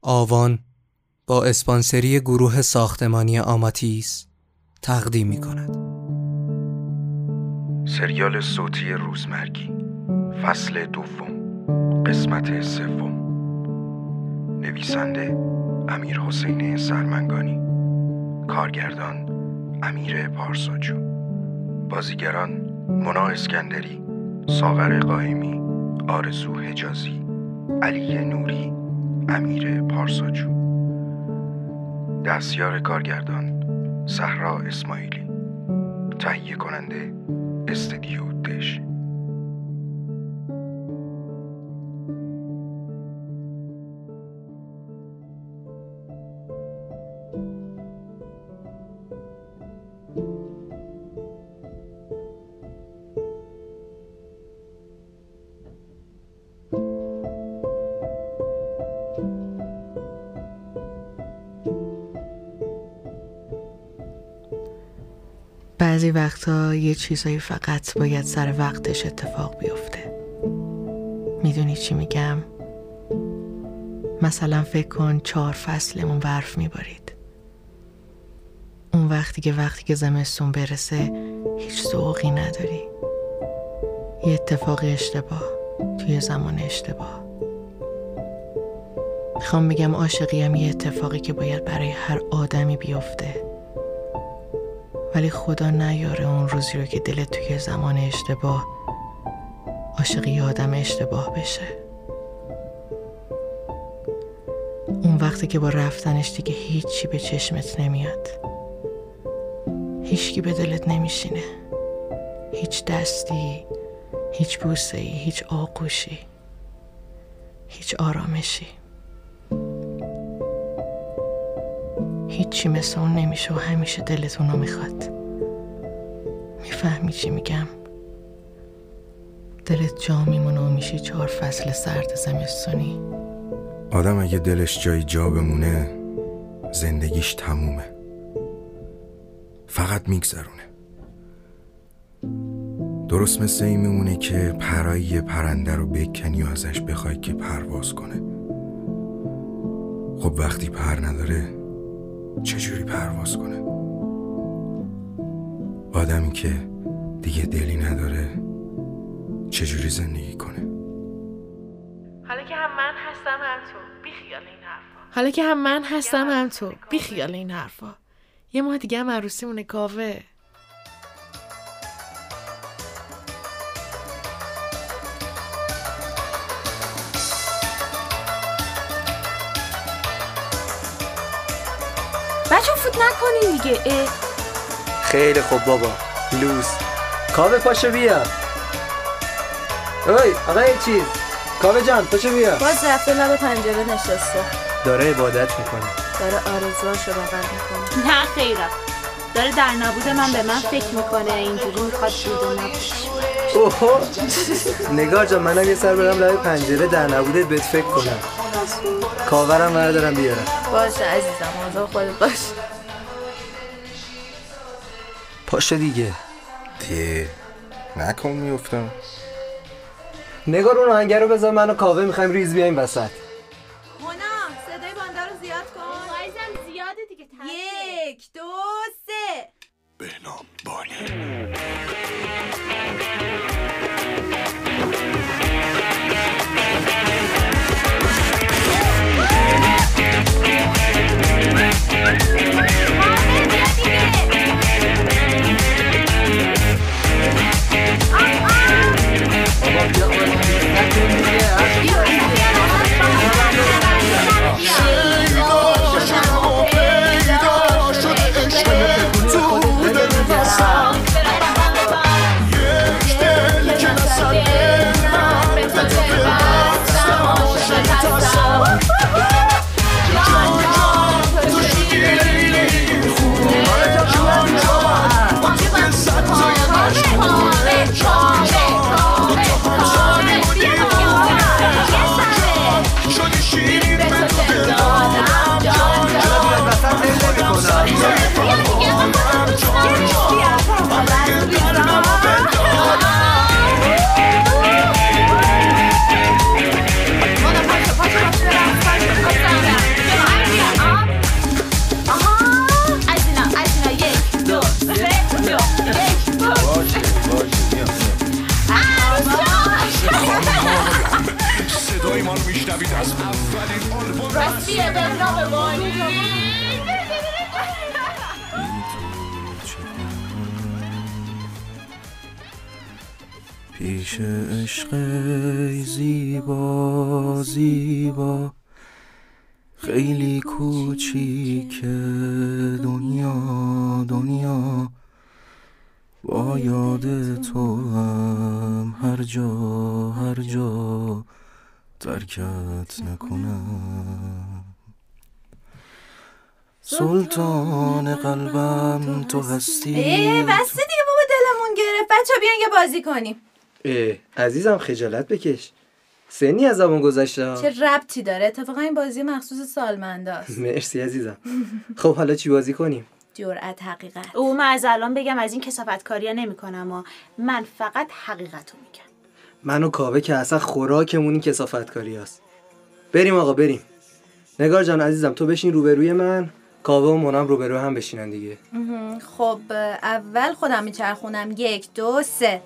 آوان با اسپانسری گروه ساختمانی آماتیس تقدیم می‌کند. سریال صوتی روزمرگی فصل دوم قسمت سوم. نویسنده امیرحسین سرمنگانی، کارگردان امیر پارساجو، بازیگران مونا اسکندری، ساغر قائمی، آرزو حجازی، علی نوری، امیر پارساجو. دستیار کارگردان صحرا اسماعیلی. تهیه کننده استودیو دش. بعضی وقتا یه چیزایی فقط باید سر وقتش اتفاق بیفته. میدونی چی میگم؟ مثلا فکر کن 4 فصلمون برف میبارید. اون وقتی که زمستون برسه هیچ ذوقی نداری. یه اتفاق اشتباه توی زمان اشتباه. میخوام بگم عاشقی هم یه اتفاقی که باید برای هر آدمی بیفته، ولی خدا نیاره اون روزی رو که دلت توی زمان اشتباه عاشقی آدم اشتباه بشه. اون وقتی که با رفتنش دیگه هیچی به چشمت نمیاد، هیچکی به دلت نمیشینه، هیچ دستی، هیچ بوسه‌ای، هیچ آغوشی، هیچ آرامشی، هیچی مثل اون نمیشه و همیشه دلت اونو میخواد. میفهمی چی میگم؟ دلت جا میمونه و میشه 4 فصل سرد زمستونی. آدم اگه دلش جای جا بمونه زندگیش تمومه، فقط میگذرونه. درست مثل این میمونه که پرای یه پرنده رو بکنی و ازش بخوای که پرواز کنه. خب وقتی پر نداره چجوری پرواز کنه؟ آدمی که دیگه دلی نداره چجوری زندگی کنه؟ حالا که هم من هستم هم تو بی خیال این حرفا. یه ماه دیگه هم عروسیمونه کاوه. بچه فوت نکنین دیگه. خیلی خوب بابا. لوس کاوه پاشو بیا. اوی آقا یه چیز. کاوه جان پاشو بیا. باز رفته لب پنجره نشسته، داره عبادت میکنه، داره آرزوهاشو بغل میکنه. نه خیرم، داره در نبود من به من فکر میکنه، اینجوری میخواد بوده نباشه. اوه نگار جان منم یه سر برم لب پنجره در نبودت بهت فکر کنم. کاورم بردارم بیارم. باشه عزیزم، آزا خودت باش. پاشو دیگه. نکن میفتم. نگار اون آهنگر رو بذار، من و کاوه میخوایم ریز بیایم وسط. مونا صدای بنده رو زیاد کن. وایزم زیاده دیگه. 1 2 3. بهنام بانی. راستیه بهنا بمانی پیش عشق زیبا زیبا خیلی کوچیک دنیا با یاد تو هم هر جا ترکت نکنم سلطان قلبم تو هستی. بسته دیگه بابا دلمون گرفت. بچه بیان یه بازی کنیم. عزیزم خجالت بکش، سنی از زبان گذشته. چه ربطی داره؟ اتفاقا این بازی مخصوص سالمنداست. مرسی عزیزم. خب حالا چی بازی کنیم؟ جرأت حقیقت. من از الان بگم از این کثافتکاری‌ها نمی‌کنم من فقط حقیقتو میگم. من و کاوه که اصلا خوراکمون این کثافتکاریاست. بریم آقا بریم. نگار جان عزیزم تو بشین روبروی من، کاوه و منم روبرو هم بشینن دیگه. خب اول خودم میچرخونم. 1 2 3.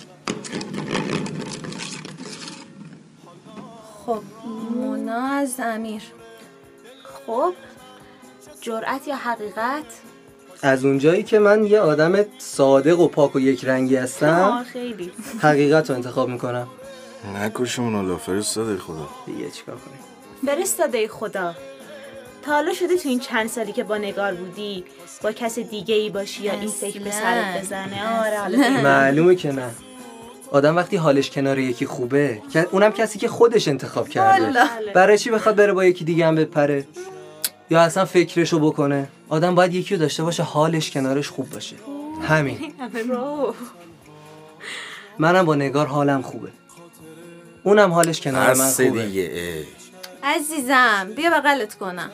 خب مونا از امیر. خب جرأت یا حقیقت؟ از اونجایی که من یه آدم صادق و پاک و یک رنگی هستم خیلی حقیقت رو انتخاب میکنم. نکشمون الله فرستاده خدا. دیگه چیکار کنیم؟ فرستاده خدا. تا حالا شده تو این چند سالی که با نگار بودی با کس دیگه ای باشی یا این فکر به سرت بزنه؟ آره حالا معلومه که نه. آدم وقتی حالش کنار یکی خوبه، اونم کسی که خودش انتخاب کرده، برای چی بخواد بره با یکی دیگه هم بپره یا اصلا فکرشو بکنه؟ آدم باید یکی رو داشته باشه حالش کنارش خوب باشه. همین. منم با نگار حالم خوبه، اونم حالش کنار من خوبه. دیگه عزیزم بیا بغلت کنم.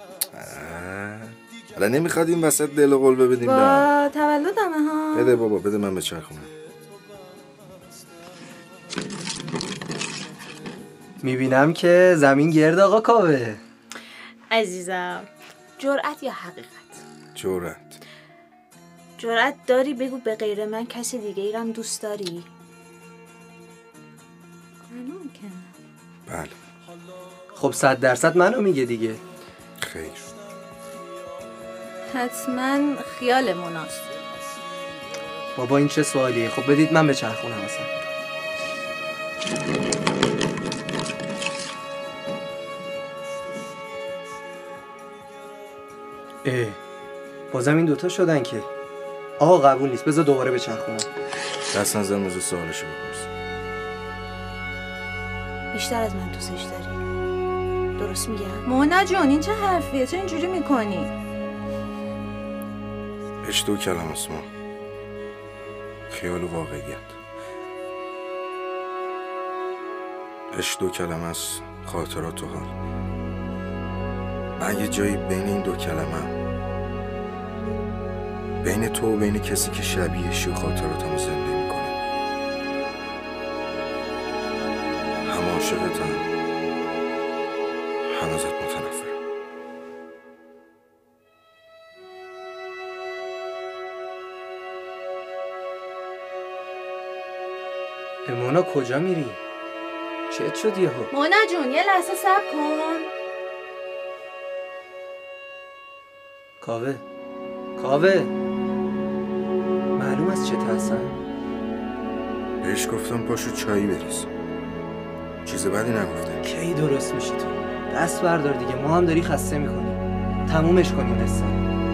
حالا نمیخواد این وسط دل و قلبه بدیم با تولدمه ها. بده بابا بده من بچرخونم. میبینم که زمین گرد آقا کاوه. عزیزم جرأت یا حقیقت؟ جرأت داری بگو به غیر من کسی دیگه ایرم دوست داری؟ بله. خب 100% منو میگه دیگه. خیر. حتما خیال مناست. بابا این چه سوالیه؟ خب بدید من بچرخونم اصلا. بازم این دوتا شدن که آقا قبول نیست. بذار دوباره بچرخونم. دست نزن بذار سوالشو بپرس. بیشتر از من دوستش داری؟ درست میگم؟ مونا جون این چه حرفیه؟ چه اینجوری میکنی؟ عشق 2 کلمه است ما. خیال و واقعیت. عشق 2 کلمه است، خاطرات و حال. من یه جایی بین این 2 کلمه، بین تو و بین کسی که شبیهشی و خاطراتمو زنده میکنه. هم عاشقتم هم ازت متنفرم. مونا کجا میری؟ چت شد یهو؟ مونا جون یه لحظه صبر کن. کاوه معلوم است چه هستن؟ بهش گفتم پاشو چایی بریز، چیز بدی نگفتم. کی درست میشی تو؟ دست بردار دیگه، ما هم داری خسته میکنی. تمومش کنیم قصه.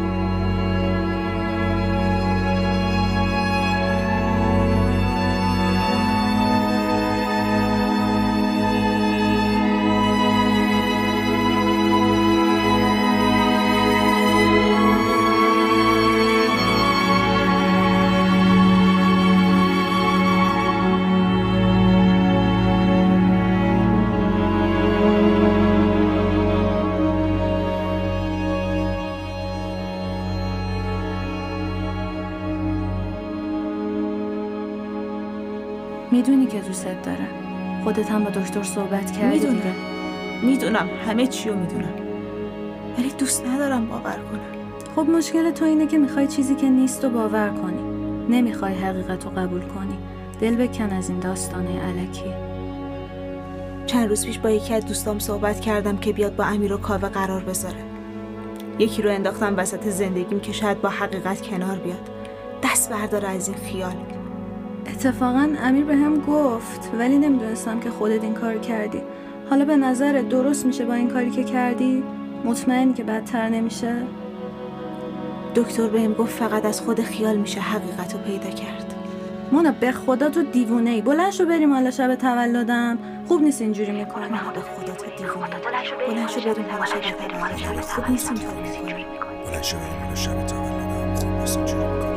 میدونی که دوستت دارم. خودت هم با دکتر صحبت کردی. میدونم همه چیو میدونم، ولی دوست ندارم باور کنم. خب مشکل تو اینه که میخوای چیزی که نیست رو باور کنی. نمیخوای حقیقت رو قبول کنی. دل بکن از این داستانه الکی. چند روز پیش با یکی از دوستام صحبت کردم که بیاد با امیر و کاوه قرار بذاره. یکی رو انداختم وسط زندگیم که شاید با حقیقت کنار بیاد، دست برداره از این خیال. اتفاقا امیر به هم گفت، ولی نمیدونستم که خودت این کار کردی. حالا به نظر درست میشه با این کاری که کردی؟ مطمئنی که بدتر نمیشه؟ دکتر بهم گفت فقط از خود خیال میشه حقیقت رو پیدا کرد. مونا به خدا تو دیوونه ای. بلند شو بریم حالا شب تولدم. خوب نیست اینجوری میکنی. به خدا تو دیوونه. بلند شو بریم حالا شب تولدم. خوب نیست اینجوری میکنی. بلند شو بریم حالا شب تولدم. خوب نیست اینجوری میکنی.